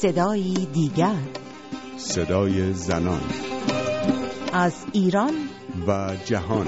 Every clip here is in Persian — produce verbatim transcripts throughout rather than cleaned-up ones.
صدایی دیگر، صدای زنان از ایران و جهان.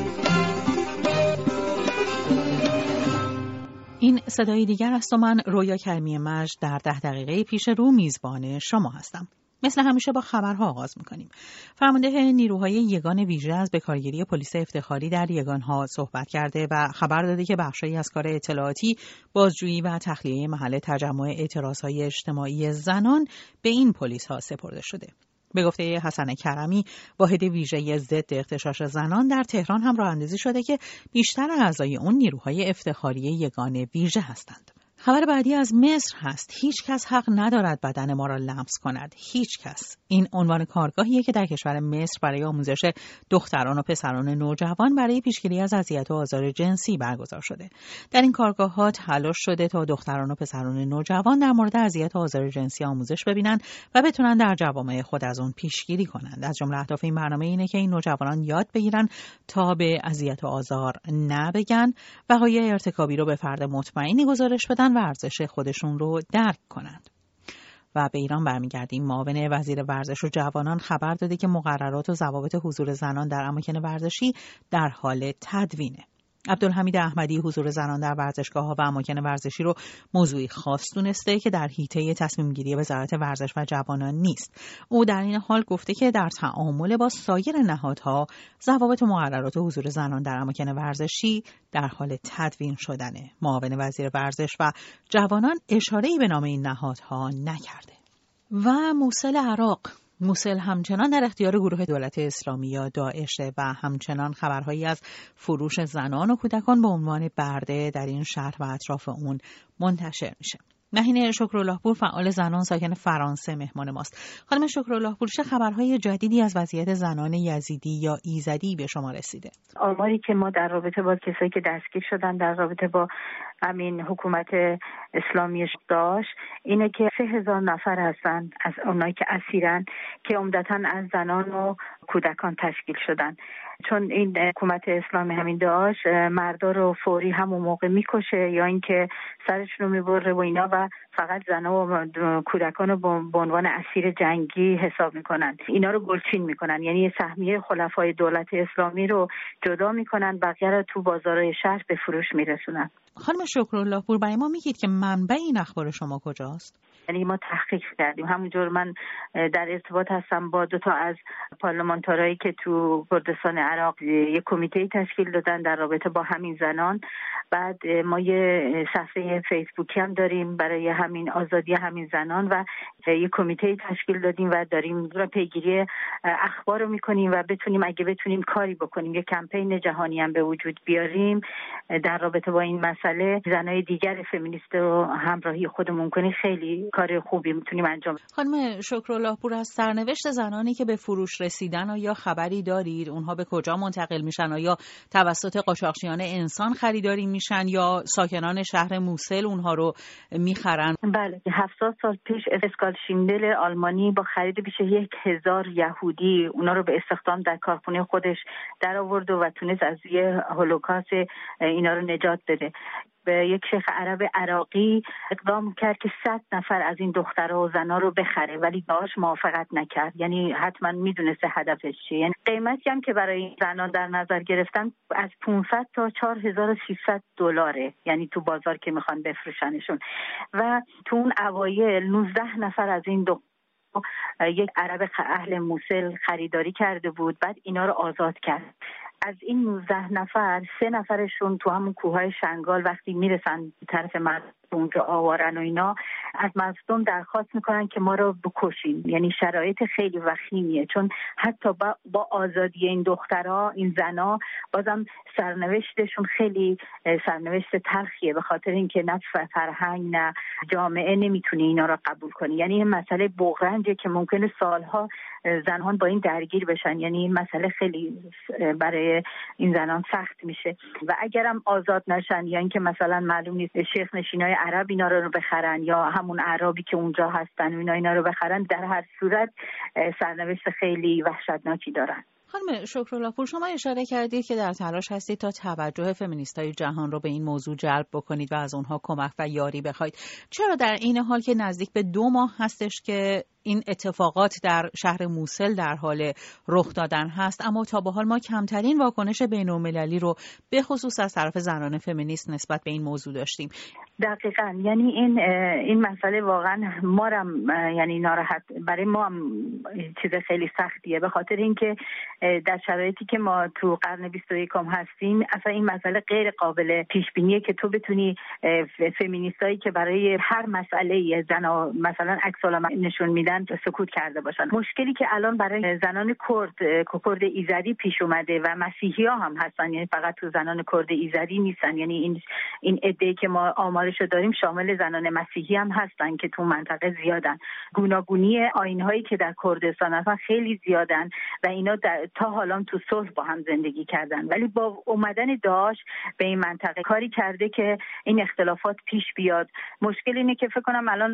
این صدای دیگر است و من رویا کریمی مجد در ده دقیقه پیش رو میزبان شما هستم. مثل همیشه با خبرها آغاز میکنیم. فرمانده نیروهای یگان ویژه از بکارگیری پلیس افتخاری در یگانها صحبت کرده و خبر داده که بخشی از کار اطلاعاتی، بازجویی و تخلیه محل تجمع اعتراضهای اجتماعی زنان به این پلیس ها سپرده شده. به گفته حسن کرمی، واحد ویژه ضد اغتشاش زنان در تهران هم راه‌اندازی شده که بیشتر اعضای اون نیروهای افتخاری یگان ویژه هستند. خبر بعدی از مصر هست. هیچ کس حق ندارد بدن ما را لمس کند. هیچ کس. این عنوان کارگاهیه که در کشور مصر برای آموزش دختران و پسران نوجوان برای پیشگیری از اذیت و آزار جنسی برگزار شده. در این کارگاه‌ها تلاش شده تا دختران و پسران نوجوان در مورد اذیت و آزار جنسی آموزش ببینن و بتونن در جوامع خود از اون پیشگیری کنند. از جمله اهداف این برنامه اینه که این نوجوانان یاد بگیرن تا به اذیت و آزار نبگن، وقایع ارتکابی رو به فرد مطمئنی گزارش بدن و ارزش خودشون رو درک کنند. و به ایران برمیگردیم. معاون وزیر ورزش و جوانان خبر داده که مقررات و ضوابط حضور زنان در اماکن ورزشی در حال تدوینه. عبدالحمید احمدی حضور زنان در ورزشگاه‌ها و اماکن ورزشی رو موضوعی خاص دونسته که در حیطه تصمیم گیری وزارت ورزش و جوانان نیست. او در این حال گفته که در تعامل با سایر نهادها ضوابط و مقررات حضور زنان در اماکن ورزشی در حال تدوین شدنه. معاون وزیر ورزش و جوانان اشاره‌ای به نام این نهادها نکرده. و موصل عراق موصل همچنان در اختیار گروه دولت اسلامی یا داعشه و همچنان خبرهایی از فروش زنان و کودکان به عنوان برده در این شهر و اطراف اون منتشر میشه. نهین شکراللهپور فعال زنان ساکن فرانسه مهمان ماست. خانم شکراللهپور، چه خبرهای جدیدی از وضعیت زنان یزیدی یا ایزدی به شما رسیده؟ آماری که ما در رابطه با کسایی که دستگیر شدن در رابطه با همین حکومت اسلامی داشت اینه که سه هزار نفر هستن از اونایی که اسیرن که عمدتاً از زنان و کودکان تشکیل شدن. چون این حکومت اسلامی همین داشت مردا رو فوری همون موقع میکشه یا اینکه سرشون رو میبره و اینا و فقط زنا و کودکان رو به عنوان اسیر جنگی حساب میکنن. اینا رو گلچین میکنن، یعنی سهمیه خلفای دولت اسلامی رو جدا میکنن، بقیه رو تو بازارهای شهر به فروش میرسونن. خانم شکراللهپور، برای ما میگید که منبع این اخبار شما کجاست؟ یعنی ما تحقیق کردیم. همونجور من در ارتباط هستم با دو تا از پارلمانتارایی که تو کردستان عراق یک کمیته تشکیل دادن در رابطه با همین زنان. بعد ما یه صفحه فیسبوکی هم داریم برای همین آزادی همین زنان و یک کمیته تشکیل دادیم و داریم رو پیگیری اخبار رو میکنیم و بتونیم اگه بتونیم کاری بکنیم یه کمپین جهانی هم به وجود بیاریم در رابطه با این مسئله، زنای دیگر فمینیست رو همراهی خودمون کنیم، خیلی کار خوبی میتونیم انجام بدیم. خانم شکراللهپور، از سرنوشت زنانی که به فروش رسیدن آیا خبری دارید؟ اونها به کجا منتقل میشن؟ آیا توسط قاچاقچیان انسان خریداری میشن یا ساکنان شهر موصل اونها رو میخرن؟ بله، هفتاد سال پیش اسکال شیندل آلمانی با خرید بیش یک هزار یهودی اونا رو به استخدام در کارخونه خودش در آورد و تونست از یه هولوکاست اینا رو نجات بده. به یک شیخ عرب عراقی اقدام کرد که صد نفر از این دخترها و زنها رو بخره، ولی داعش موافقت نکرد. یعنی حتما میدونسته هدفش چیه. یعنی قیمتی هم که برای این زنها در نظر گرفتن از پانصد تا چهار هزار و سیصد دلاره، یعنی تو بازار که میخوان بفروشنشون. و تو اون اوایل نوزده نفر از این دختر یک عرب اهل موصل خریداری کرده بود، بعد اینا رو آزاد کرد. از این نوزده نفر سه نفرشون تو همون کوههای شنگال وقتی میرسن طرف مردم اونجا آوارن و اینا از مردم درخواست میکنن که ما رو بکشین. یعنی شرایط خیلی وخیمیه، چون حتی با, با آزادی این دخترها، این زنا، بازم سرنوشتشون خیلی سرنوشت تلخیه، به خاطر اینکه نه فرهنگ نه جامعه نمیتونه اینا رو قبول کنه. یعنی این مسئله بغرنجه که ممکنه سالها زنان با این درگیر بشن. یعنی این مسئله خیلی برای این زنان سخت میشه و اگرم آزاد نشن یا اینکه مثلا معلوم نیست شیخ نشینای عرب اینا رو بخرن یا همون عربی که اونجا هستن و اینا اینا رو بخرن، در هر صورت سرنوشت خیلی وحشتناکی دارن. خانم شکرالله‌پور، شما اشاره کردید که در تلاش هستید تا توجه فمینیست‌های جهان رو به این موضوع جلب بکنید و از اونها کمک و یاری بخواید. چرا در این حال که نزدیک به دو ماه هستش که این اتفاقات در شهر موصل در حال رخ دادن هست، اما تا به حال ما کمترین واکنش بین‌المللی رو به خصوص از طرف زنان فمینیست نسبت به این موضوع داشتیم؟ دقیقاً، یعنی این این مسئله واقعا ما هم یعنی ناراحت، برای ما هم چیز خیلی سختیه، به خاطر اینکه در شرایطی که ما تو قرن بیست و یکم هستیم اصلا این مسئله غیر قابل پیش بینیه که تو بتونی فمینیستایی که برای هر مسئله زنا مثلا عکس العمل نشون میدن سکوت کرده باشن. مشکلی که الان برای زنان کرد کرد ایزدی پیش اومده و مسیحی‌ها هم هستن، یعنی فقط تو زنان کرد ایزدی نیستن، یعنی این این عده‌ای که ما آمارشو داریم شامل زنان مسیحی هم هستن که تو منطقه زیادن. گوناگونی آیین‌هایی که در کردستان هستن خیلی زیادن و اینا تا حالا تو صلح با هم زندگی کردن، ولی با اومدن داعش به این منطقه کاری کرده که این اختلافات پیش بیاد. مشکل اینه که فکر کنم الان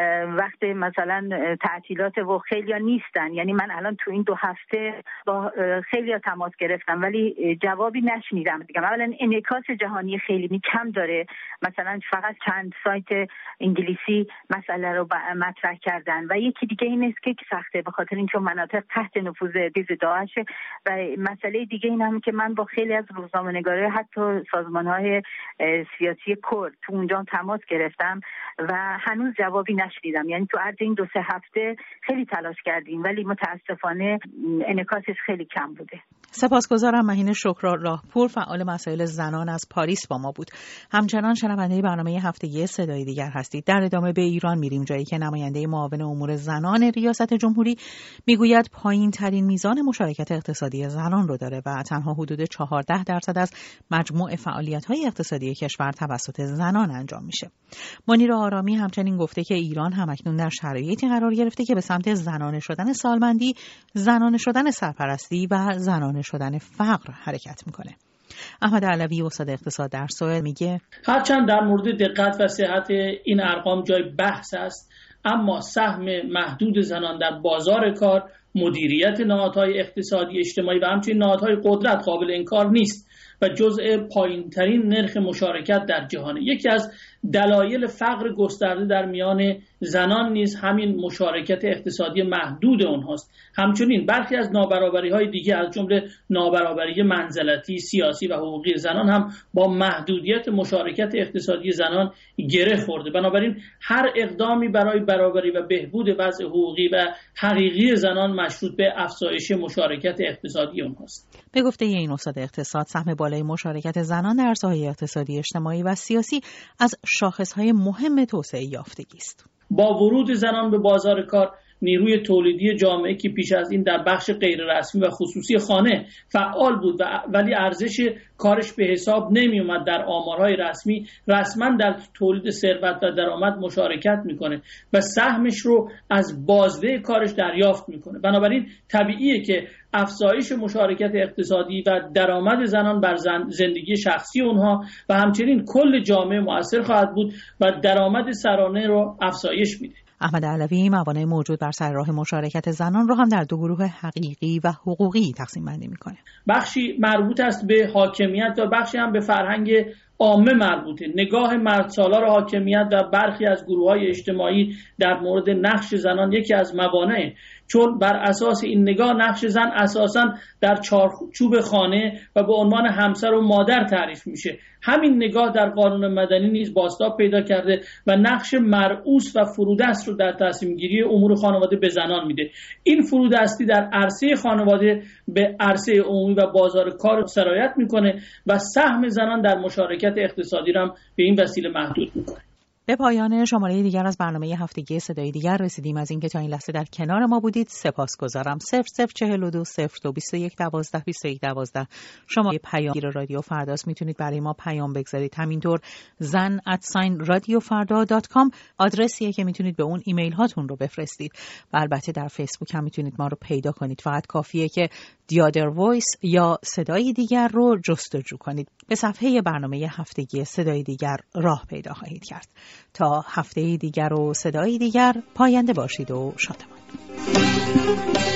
وقت مثلا تعطیلات و خیلیا نیستن، یعنی من الان تو این دو هفته با خیلیا تماس گرفتم ولی جوابی نشنیدم. دیگه اولا انعکاس جهانی خیلی کم داره، مثلا فقط چند سایت انگلیسی مسئله رو مطرح کردن و یکی دیگه این است که سخته به خاطر اینکه مناطق تحت نفوذ دیز داعش و مسئله دیگه این هم که من با خیلی از روزنامه‌نگارای حتی سازمان‌های سیاسی کرد تو اونجا تماس گرفتم و هنوز جوابی نشنیدم. یعنی تو عرض این دو سه هفته خیلی تلاش کردیم ولی متاسفانه انعکاسش خیلی کم بوده. سپاسگزارم. مهین شکرالله‌پور، فعال مسائل زنان از پاریس با ما بود. همچنان شنونده برنامه هفتگی صدای دیگر هستید. در ادامه به ایران میریم، جایی که نماینده معاون امور زنان ریاست جمهوری میگوید پایین ترین میزان مشارکت اقتصادی زنان رو داره و تنها حدود چهارده درصد از مجموع فعالیت‌های اقتصادی کشور توسط زنان انجام میشه. منیر آرامی همچنین گفته که ایران همکنون در شرایطی قرار گرفته که به سمت زنانه شدن سالمندی، زنانه شدن سرپرستی و زنانه شدن فقر حرکت میکنه. احمد علوی، استاد اقتصاد در سوئد، میگه هرچند در مورد دقت و صحت این ارقام جای بحث است، اما سهم محدود زنان در بازار کار، مدیریت نهادهای اقتصادی اجتماعی و همچنین نهادهای قدرت قابل انکار نیست و جزء پایینترین نرخ مشارکت در جهان. یکی از دلایل فقر گسترده در میان زنان نیز همین مشارکت اقتصادی محدود اونهاست. همچنین برخی از نابرابری‌های دیگه از جمله نابرابری منزلتی، سیاسی و حقوقی زنان هم با محدودیت مشارکت اقتصادی زنان گره خورده. بنابراین هر اقدامی برای برابری و بهبود وضع حقوقی و حقیقی زنان مشروط به افزایش مشارکت اقتصادی اونهاست. به گفته این استاد اقتصاد، سهم بالای مشارکت زنان در عرصه‌های اقتصادی، اجتماعی و سیاسی از شاخص‌های مهم توسعه یافتگی است. با ورود زنان به بازار کار، نیروی تولیدی جامعه که پیش از این در بخش غیر رسمی و خصوصی خانه فعال بود و ولی ارزش کارش به حساب نمی اومد در آمارهای رسمی، رسما در تولید ثروت و درآمد مشارکت میکنه و سهمش رو از بازده کارش دریافت میکنه. بنابراین طبیعیه که افزایش مشارکت اقتصادی و درآمد زنان بر زندگی شخصی اونها و همچنین کل جامعه مؤثر خواهد بود و درآمد سرانه رو افزایش میده. احمد علوی موانع موجود بر سر راه مشارکت زنان رو هم در دو گروه حقیقی و حقوقی تقسیم بندی میکنه. بخشی مربوط است به حاکمیت و بخشی هم به فرهنگ عامه مربوطه. نگاه مردسالار حاکمیت و برخی از گروه‌های اجتماعی در مورد نقش زنان یکی از موانعه، چون بر اساس این نگاه نقش زن اساساً در چارچوب خانه و به عنوان همسر و مادر تعریف میشه. همین نگاه در قانون مدنی نیز بازتاب پیدا کرده و نقش مرئوس و فرودست رو در تصمیم گیری امور خانواده به زنان میده. این فرودستی در عرصه خانواده به عرصه عمومی و بازار کار سرایت میکنه و سهم زنان در مشارکت اقتصادی رو هم به این وسیله محدود میکنه. به پایان شماره دیگر از برنامه هفتگی صدای دیگر رسیدیم. از اینکه تا این لحظه در کنار ما بودید سپاسگزارم. صفر صفر چهل و دو صفر دو بیست و یک دوازده بیست و یک دوازده شما پیام رادیو فرداست میتونید برای ما پیام بگذارید. همینطور زن ات ساین رادیو فردا دات کام آدرسیه که میتونید به اون ایمیل هاتون رو بفرستید و البته در فیسبوک هم میتونید ما رو پیدا کنید. فقط کافیه که The Other Voice یا صدای دیگر رو جستجو کنید. به صفحه برنامه هفتگی صدای دیگر راه پیدا خواهید کرد. تا هفته دیگر و صدای دیگر، پاینده باشید و شادمان.